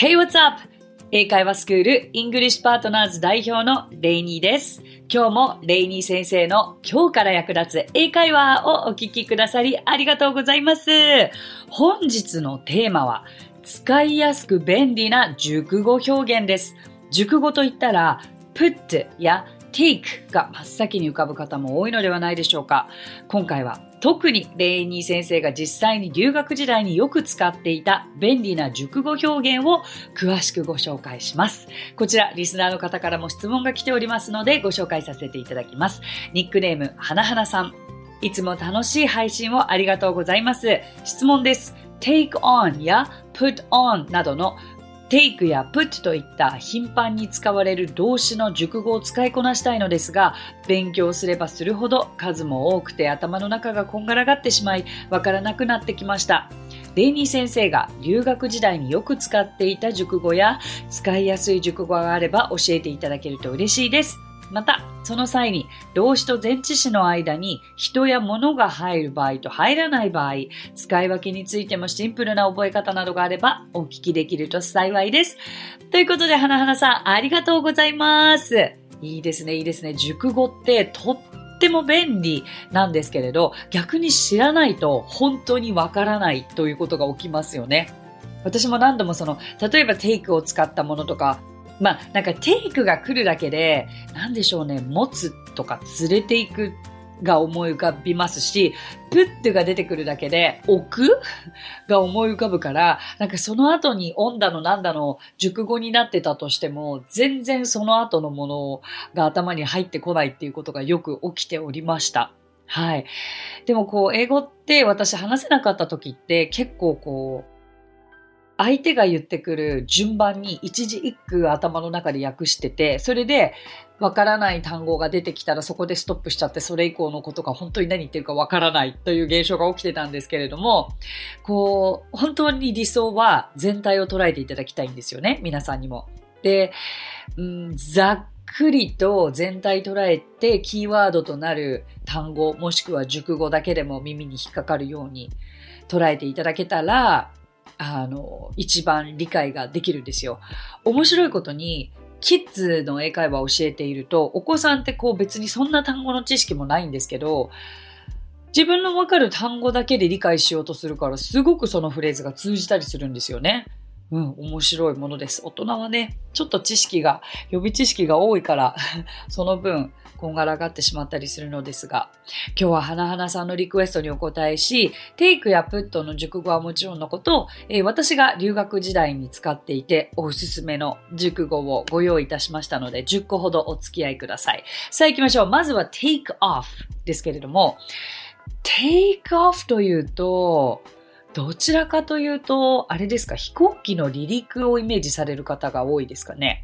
Hey, what's up? 英会話スクールイングリッシュパートナーズ代表のレイニーです。今日もレイニー先生の今日から役立つ英会話をお聞きくださりありがとうございます。本日のテーマは使いやすく便利な熟語表現です。熟語といったら put や take が真っ先に浮かぶ方も多いのではないでしょうか。今回は特にレイニー先生が実際に留学時代によく使っていた便利な熟語表現を詳しくご紹介します。こちらリスナーの方からも質問が来ておりますのでご紹介させていただきます。ニックネームはなはなさん、いつも楽しい配信をありがとうございます。質問です。 take on や put on などのtake や put といった頻繁に使われる動詞の熟語を使いこなしたいのですが、勉強すればするほど数も多くて頭の中がこんがらがってしまいわからなくなってきました。レイニー先生が留学時代によく使っていた熟語や使いやすい熟語があれば教えていただけると嬉しいです。また、その際に動詞と前置詞の間に人や物が入る場合と入らない場合、使い分けについてもシンプルな覚え方などがあればお聞きできると幸いです。ということで、はなはなさんありがとうございます。いいですね、いいですね。熟語ってとっても便利なんですけれど、逆に知らないと本当にわからないということが起きますよね。私も何度も例えばテイクを使ったものとか、なんかテイクが来るだけで、なんでしょうね、持つとか連れていくが思い浮かびますし、プットが出てくるだけで置くが思い浮かぶから、なんかその後にオンだのなんだの熟語になってたとしても、全然その後のものが頭に入ってこないっていうことがよく起きておりました。はい。でも英語って私話せなかった時って結構相手が言ってくる順番に一字一句頭の中で訳してて、それでわからない単語が出てきたらそこでストップしちゃって、それ以降のことが本当に何言ってるかわからないという現象が起きてたんですけれども、本当に理想は全体を捉えていただきたいんですよね、皆さんにも。で、ざっくりと全体捉えてキーワードとなる単語もしくは熟語だけでも耳に引っかかるように捉えていただけたら、一番理解ができるんですよ。面白いことに、キッズの英会話を教えていると、お子さんって別にそんな単語の知識もないんですけど、自分のわかる単語だけで理解しようとするから、すごくそのフレーズが通じたりするんですよね。面白いものです。大人はね、ちょっと予備知識が多いから、その分、こんがらがってしまったりするのですが、今日ははなはなさんのリクエストにお答えし、テイクやプットの熟語はもちろんのこと、私が留学時代に使っていておすすめの熟語をご用意いたしましたので、10個ほどお付き合いください。さあ行きましょう。まずは take off ですけれども、take off というと、どちらかというと、あれですか、飛行機の離陸をイメージされる方が多いですかね。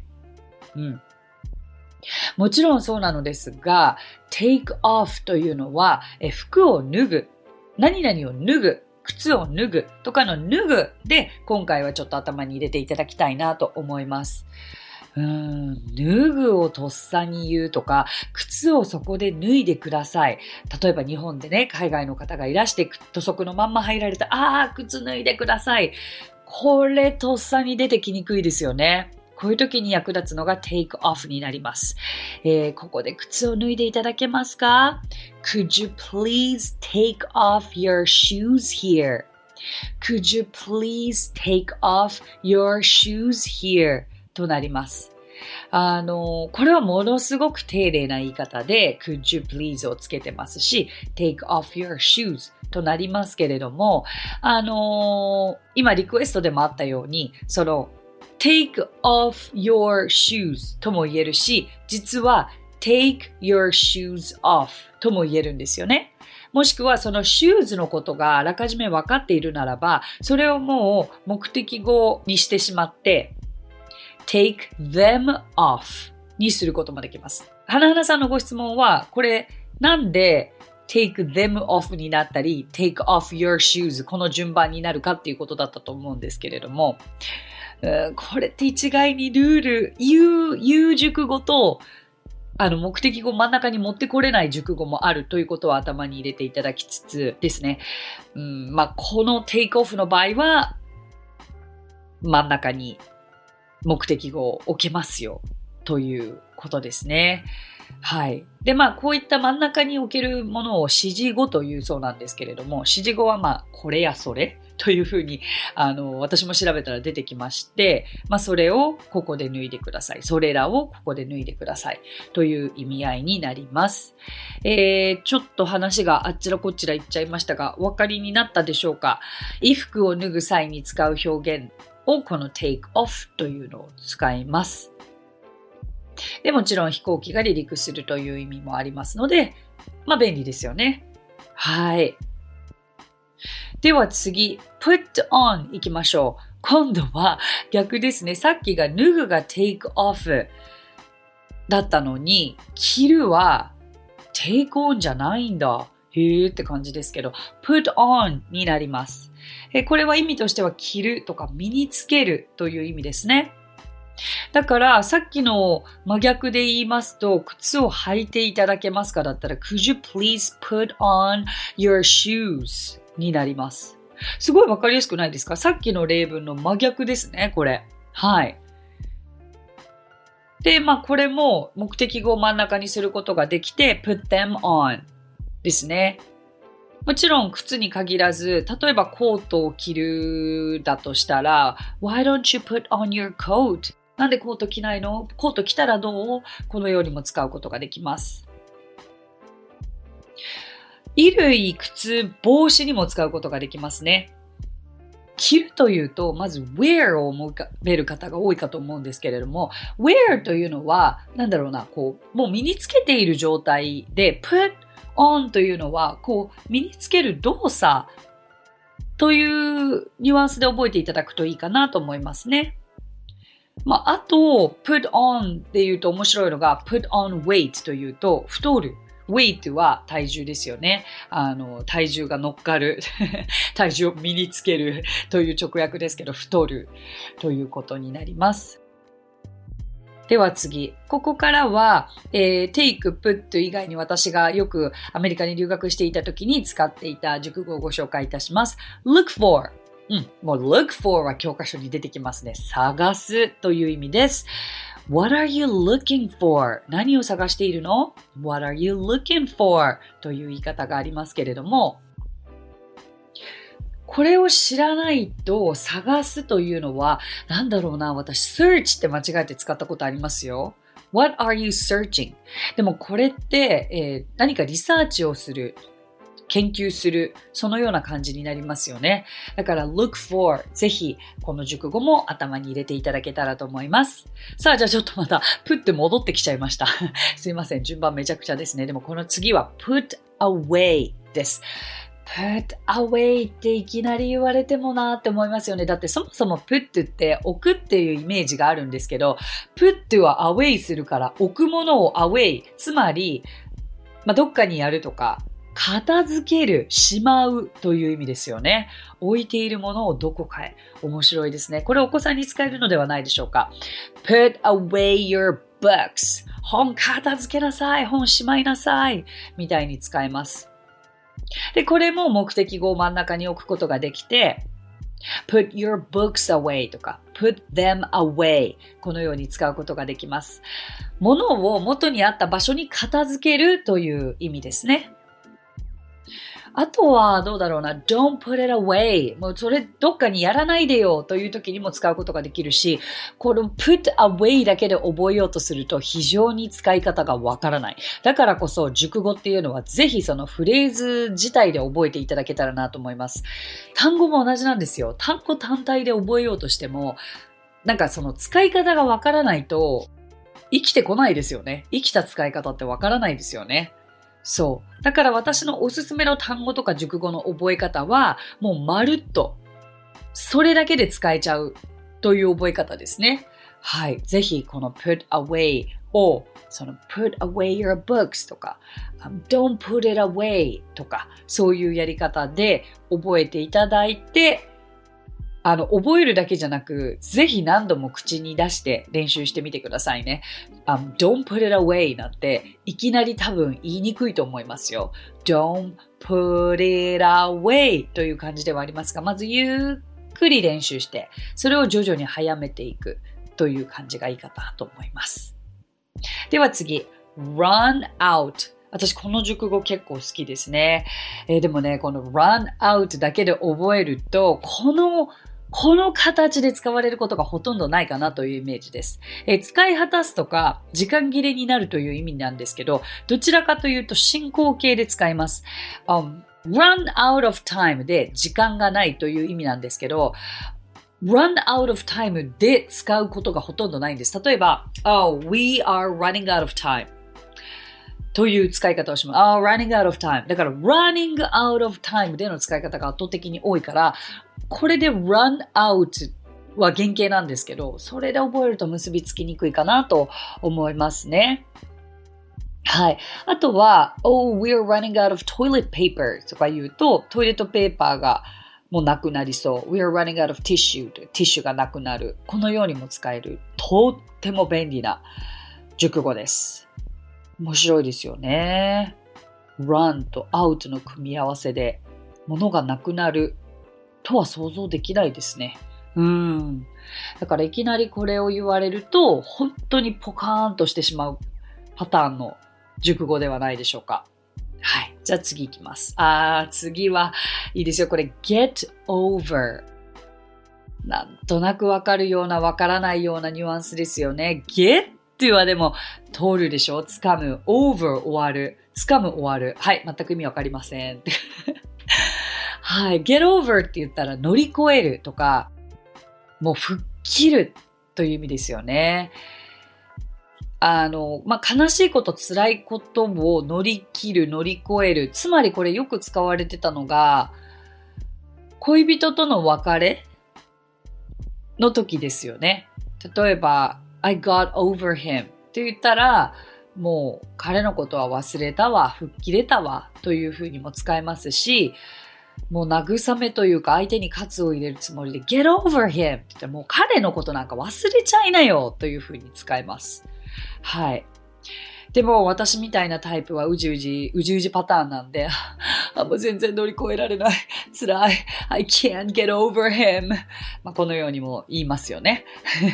もちろんそうなのですが、take off というのは、服を脱ぐ、何々を脱ぐ、靴を脱ぐとかの脱ぐで、今回はちょっと頭に入れていただきたいなと思います。脱ぐをとっさに言うとか、靴をそこで脱いでください。例えば日本でね、海外の方がいらして土足のまんま入られた、靴脱いでください。これとっさに出てきにくいですよね。こういう時に役立つのが take off になります。ここで靴を脱いでいただけますか？ Could you please take off your shoes here? Could you please take off your shoes here? となります。これはものすごく丁寧な言い方で Could you please をつけてますし Take off your shoes となりますけれども、今リクエストでもあったようにTake off your shoes とも言えるし、実は Take your shoes off とも言えるんですよね。もしくはそのシューズのことがあらかじめ分かっているならば、それをもう目的語にしてしまってtake them off にすることもできます。はなはなさんのご質問は、これなんで take them off になったり take off your shoes この順番になるかっていうことだったと思うんですけれども、これって一概にルール、言う熟語と目的語真ん中に持ってこれない熟語もあるということを頭に入れていただきつつですね、この take off の場合は真ん中に目的語を置けますよということですね。はい。で、こういった真ん中に置けるものを指示語というそうなんですけれども、指示語はこれやそれというふうに、私も調べたら出てきまして、それをここで脱いでください。それらをここで脱いでください。という意味合いになります。ちょっと話があっちらこっちら言っちゃいましたが、お分かりになったでしょうか？衣服を脱ぐ際に使う表現をこの take off というのを使います。でもちろん飛行機が離陸するという意味もありますので、便利ですよね。はい。では次、put on 行きましょう。今度は逆ですね。さっきが脱ぐが take off だったのに、着るは take on じゃないんだ。へーって感じですけど、put on になります。これは意味としては着るとか身につけるという意味ですね。だからさっきの真逆で言いますと、靴を履いていただけますかだったら Could you please put on your shoes になります。すごいわかりやすくないですか？さっきの例文の真逆ですね、これ。はい。で、これも目的語を真ん中にすることができて put them on ですね。もちろん靴に限らず、例えばコートを着るだとしたら Why don't you put on your coat? なんでコート着ないの？コート着たらどう？このようにも使うことができます。衣類、靴、帽子にも使うことができますね。着るというと、まず wear を思い浮かべる方が多いかと思うんですけれども、wear というのは、もう身につけている状態で、put on というのは、身につける動作というニュアンスで覚えていただくといいかなと思いますね。あと、put on で言うと面白いのが、put on weight というと、太る。weight は体重ですよね。体重が乗っかる。体重を身につけるという直訳ですけど、太るということになります。では次。ここからは、take, put 以外に私がよくアメリカに留学していた時に使っていた熟語をご紹介いたします。look for。もう look for は教科書に出てきますね。探すという意味です。What are you looking for? 何を探しているの？ What are you looking for? という言い方がありますけれども、これを知らないと探すというのは、私 search って間違えて使ったことありますよ。What are you searching? でもこれって、何かリサーチをする。研究する、そのような感じになりますよね。だから look for ぜひこの熟語も頭に入れていただけたらと思います。さあじゃあちょっとまた put 戻ってきちゃいました。すいません、順番めちゃくちゃですね。でもこの次は put away です。put away っていきなり言われてもなーって思いますよね。だってそもそも put って置くっていうイメージがあるんですけど、put は away するから置くものを away、つまり、どっかにやるとか、片付ける、しまうという意味ですよね。置いているものをどこかへ。面白いですね。これお子さんに使えるのではないでしょうか。Put away your books. 本片付けなさい。本しまいなさい。みたいに使えます。で、これも目的語を真ん中に置くことができて、Put your books away とか Put them away このように使うことができます。物を元にあった場所に片付けるという意味ですね。あとはdon't put it away もうそれどっかにやらないでよという時にも使うことができるし、この put away だけで覚えようとすると非常に使い方がわからない。だからこそ熟語っていうのはぜひそのフレーズ自体で覚えていただけたらなと思います。単語も同じなんですよ。単語単体で覚えようとしてもその使い方がわからないと生きてこないですよね。生きた使い方ってわからないですよね。そう。だから私のおすすめの単語とか熟語の覚え方は、もうまるっと、それだけで使えちゃうという覚え方ですね。はい。ぜひこの put away を、put away your books とか、don't put it away とか、そういうやり方で覚えていただいて、覚えるだけじゃなく、ぜひ何度も口に出して練習してみてくださいね。don't put it away なんて、いきなり多分言いにくいと思いますよ。don't put it away という感じではありますが、まずゆっくり練習して、それを徐々に早めていく。 という感じがいいかなと思います。では次、run out。私この熟語結構好きですね。でもね、この run out だけで覚えると、この形で使われることがほとんどないかなというイメージです。使い果たすとか、時間切れになるという意味なんですけど、どちらかというと進行形で使います。run out of time で時間がないという意味なんですけど、run out of time で使うことがほとんどないんです。例えば、we are running out of time という使い方をします。running out of time。だから running out of time での使い方が圧倒的に多いから、これで run out は原型なんですけど、それで覚えると結びつきにくいかなと思いますね。はい。あとは、we're running out of toilet paper とか言うと、トイレットペーパーがもうなくなりそう。we're running out of tissue ティッシュがなくなる。このようにも使える。とっても便利な熟語です。面白いですよね。run と out の組み合わせで物がなくなるとは想像できないですね。だからいきなりこれを言われると本当にポカーンとしてしまうパターンの熟語ではないでしょうか。はい。じゃあ次いきます。次はいいですよ。これ get over。なんとなくわかるようなわからないようなニュアンスですよね。get はでも通るでしょ。掴む。over 終わる。掴む終わる。はい。全く意味わかりません。はい。get over って言ったら乗り越えるとか、もう吹っ切るという意味ですよね。悲しいこと、辛いことを乗り切る、乗り越える。つまりこれよく使われてたのが、恋人との別れの時ですよね。例えば、I got over him って言ったら、もう彼のことは忘れたわ、吹っ切れたわというふうにも使えますし、もう慰めというか相手に喝を入れるつもりで get over him って言ったらもう彼のことなんか忘れちゃいなよというふうに使えます。はい。でも私みたいなタイプはうじうじパターンなんで、もう全然乗り越えられない。辛い。I can't get over him。このようにも言いますよね。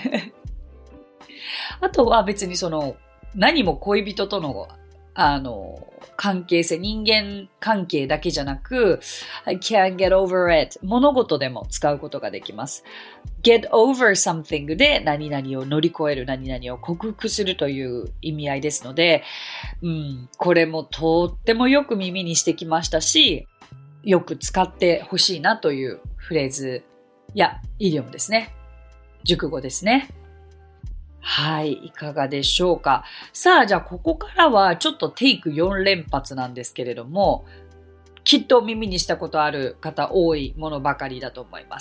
あとは別に何も恋人との関係性、人間関係だけじゃなく、I can't get over it。物事でも使うことができます。get over something で何々を乗り越える、何々を克服するという意味合いですので、これもとってもよく耳にしてきましたし、よく使ってほしいなというフレーズやイディオムですね。熟語ですね。はい、いかがでしょうか。さあ、じゃあここからはちょっとテイク4連発なんですけれども、きっと耳にしたことある方多いものばかりだと思います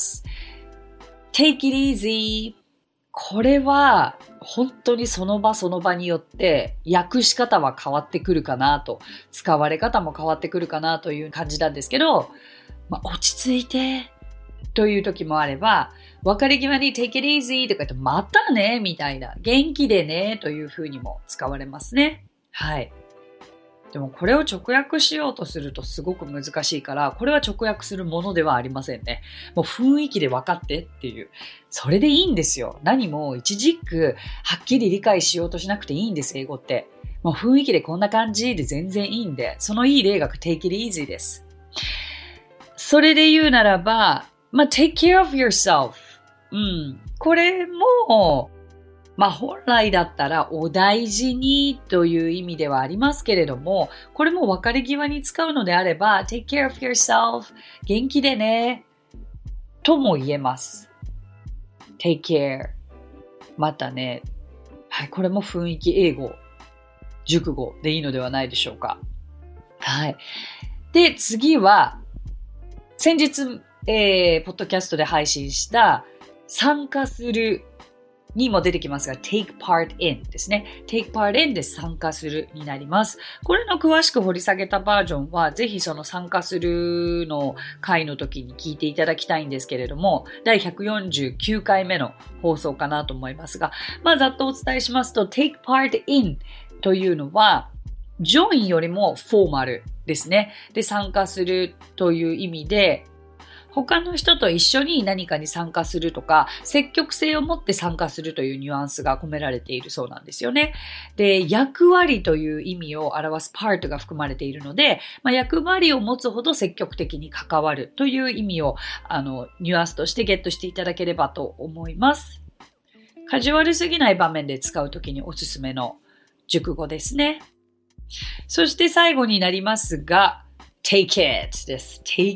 。Take it easy。これは本当にその場その場によって訳し方は変わってくるかなと、使われ方も変わってくるかなという感じなんですけど、落ち着いてという時もあれば、別れ際に take it easy とか言って、またねみたいな、元気でねという風にも使われますね。はい。でもこれを直訳しようとするとすごく難しいから、これは直訳するものではありませんね。もう雰囲気で分かってっていう。それでいいんですよ。何も一軸はっきり理解しようとしなくていいんです、英語って。もう雰囲気でこんな感じで全然いいんで、そのいい例が take it easy です。それで言うならば、take care of yourself。これも、本来だったらお大事にという意味ではありますけれども、これも別れ際に使うのであれば、take care of yourself。元気でね。とも言えます。take care。またね。はい、これも雰囲気英語、熟語でいいのではないでしょうか。はい。で、次は、先日、ポッドキャストで配信した参加するにも出てきますが take part in ですね。take part in で参加するになります。これの詳しく掘り下げたバージョンはぜひその参加するの回の時に聞いていただきたいんですけれども、第149回目の放送かなと思いますが、ざっとお伝えしますと take part in というのはjoin よりもフォーマルですね。で、参加するという意味で、 他の人と一緒に何かに参加するとか、積極性を持って参加するというニュアンスが込められているそうなんですよね。で、役割という意味を表す part が含まれているので、役割を持つほど積極的に関わるという意味をニュアンスとしてゲットしていただければと思います。カジュアルすぎない場面で使うときにおすすめの熟語ですね。そして最後になりますが、take it です。take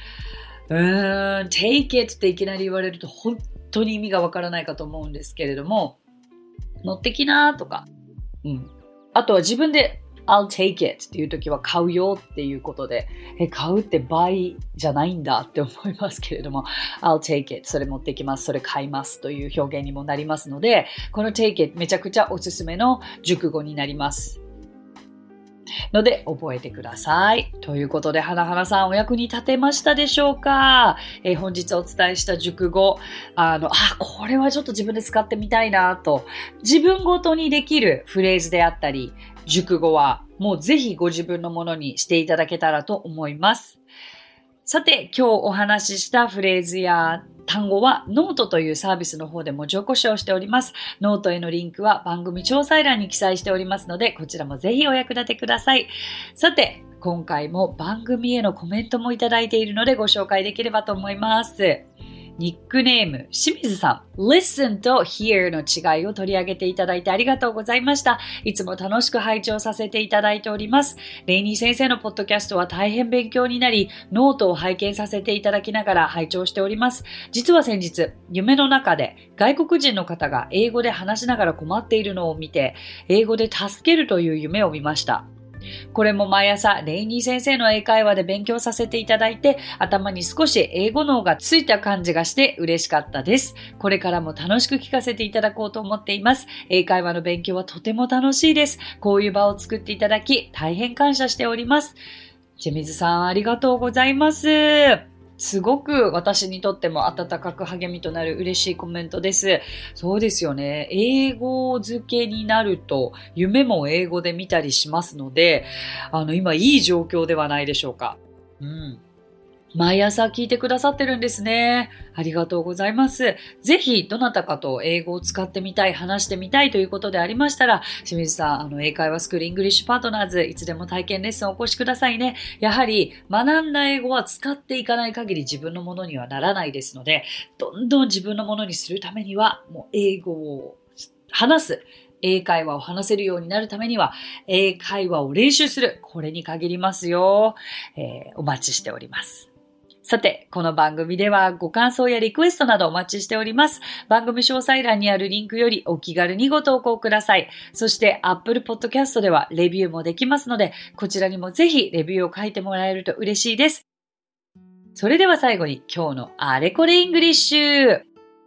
it。take it っていきなり言われると本当に意味がわからないかと思うんですけれども、持ってきなとか、あとは自分で I'll take it っていうときは買うよっていうことで、買うってbuyじゃないんだって思いますけれども、I'll take it それ持ってきます、それ買いますという表現にもなりますので、この take it めちゃくちゃおすすめの熟語になりますので覚えてください。ということで、花々さんお役に立てましたでしょうか？本日お伝えした熟語、これはちょっと自分で使ってみたいなと、自分ごとにできるフレーズであったり、熟語はもうぜひご自分のものにしていただけたらと思います。さて、今日お話ししたフレーズや単語はノートというサービスの方で文字起こしをしております。ノートへのリンクは番組詳細欄に記載しておりますので、こちらもぜひお役立てください。さて、今回も番組へのコメントもいただいているのでご紹介できればと思います。ニックネーム、清水さん。Listen と Hear の違いを取り上げていただいてありがとうございました。いつも楽しく拝聴させていただいております。レイニー先生のポッドキャストは大変勉強になり、ノートを拝見させていただきながら拝聴しております。実は先日、夢の中で外国人の方が英語で話しながら困っているのを見て、英語で助けるという夢を見ました。これも毎朝レイニー先生の英会話で勉強させていただいて、頭に少し英語脳がついた感じがして嬉しかったです。これからも楽しく聞かせていただこうと思っています。英会話の勉強はとても楽しいです。こういう場を作っていただき大変感謝しております。清水さんありがとうございます。すごく私にとっても温かく励みとなる嬉しいコメントです。そうですよね。英語付けになると夢も英語で見たりしますので、今いい状況ではないでしょうか。毎朝聞いてくださってるんですね。ありがとうございます。ぜひ、どなたかと英語を使ってみたい、話してみたいということでありましたら、清水さん、英会話スクールイングリッシュパートナーズ、いつでも体験レッスンお越しくださいね。やはり、学んだ英語は使っていかない限り自分のものにはならないですので、どんどん自分のものにするためには、もう英語を話す。英会話を話せるようになるためには、英会話を練習する。これに限りますよ。お待ちしております。さて、この番組ではご感想やリクエストなどお待ちしております。番組詳細欄にあるリンクよりお気軽にご投稿ください。そして Apple Podcast ではレビューもできますので、こちらにもぜひレビューを書いてもらえると嬉しいです。それでは最後に今日のあれこれイングリッシュ。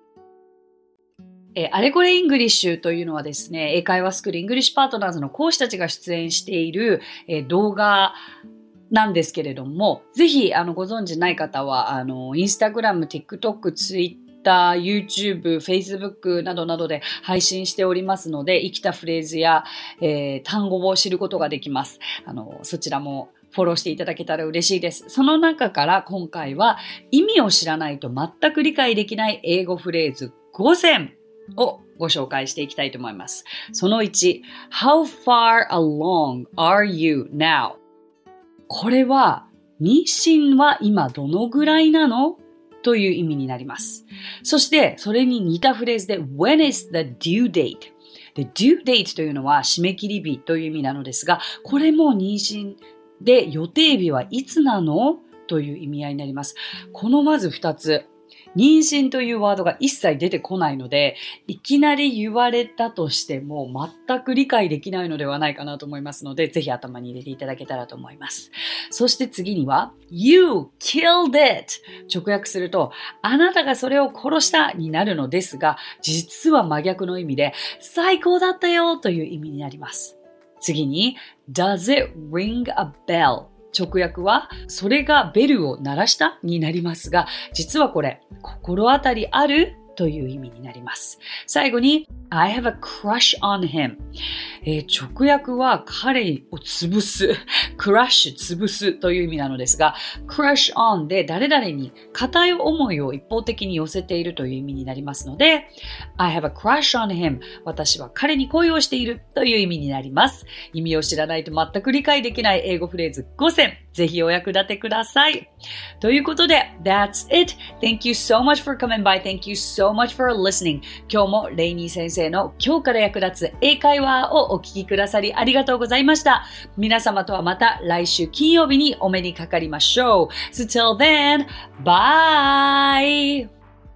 あれこれイングリッシュというのはですね、英会話スクールイングリッシュパートナーズの講師たちが出演している動画なんですけれども、ぜひご存知ない方はインスタグラム、TikTok、Twitter、YouTube、Facebook などなどで配信しておりますので、生きたフレーズや、単語を知ることができます。そちらもフォローしていただけたら嬉しいです。その中から今回は意味を知らないと全く理解できない英語フレーズ5選をご紹介していきたいと思います。その1、How far along are you now? これは、妊娠は今どのぐらいなの？という意味になります。そして、それに似たフレーズで When is the due date? で、due date というのは締め切り日という意味なのですが、これも妊娠で予定日はいつなの？という意味合いになります。このまず2つ。妊娠というワードが一切出てこないので、いきなり言われたとしても全く理解できないのではないかなと思いますので、ぜひ頭に入れていただけたらと思います。そして次には、You killed it! 直訳すると、あなたがそれを殺したになるのですが、実は真逆の意味で、最高だったよという意味になります。次に、Does it ring a bell?直訳は、それがベルを鳴らしたになりますが、実はこれ、心当たりあるという意味になります。最後に、I have a crush on him。 直訳は彼を潰す、クラッシュ、潰すという意味なのですが、crush on で誰々に固い思いを一方的に寄せているという意味になりますので、I have a crush on him 私は彼に恋をしているという意味になります。意味を知らないと全く理解できない英語フレーズ5選、ぜひお役立てください。ということで、That's it! Thank you so much for coming by. Thank you so much for listening. 今日もレイニー先生の今日から役立つ英会話をお聞きくださりありがとうございました。皆様とはまた来週金曜日にお目にかかりましょう。So till then, bye!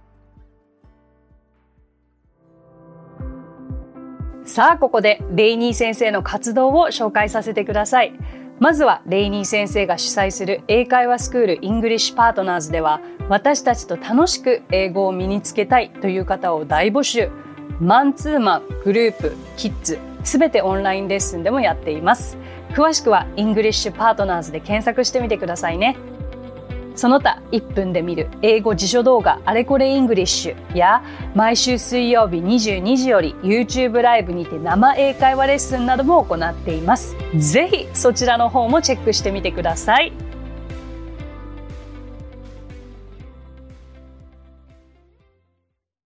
さあ、ここでレイニー先生の活動を紹介させてください。まずはレイニー先生が主催する英会話スクールイングリッシュパートナーズでは、私たちと楽しく英語を身につけたいという方を大募集。マンツーマン、グループ、キッズ、すべてオンラインレッスンでもやっています。詳しくはイングリッシュパートナーズで検索してみてくださいね。その他1分で見る英語辞書動画あれこれイングリッシュや毎週水曜日22時より YouTube ライブにて生英会話レッスンなども行っています。ぜひそちらの方もチェックしてみてください。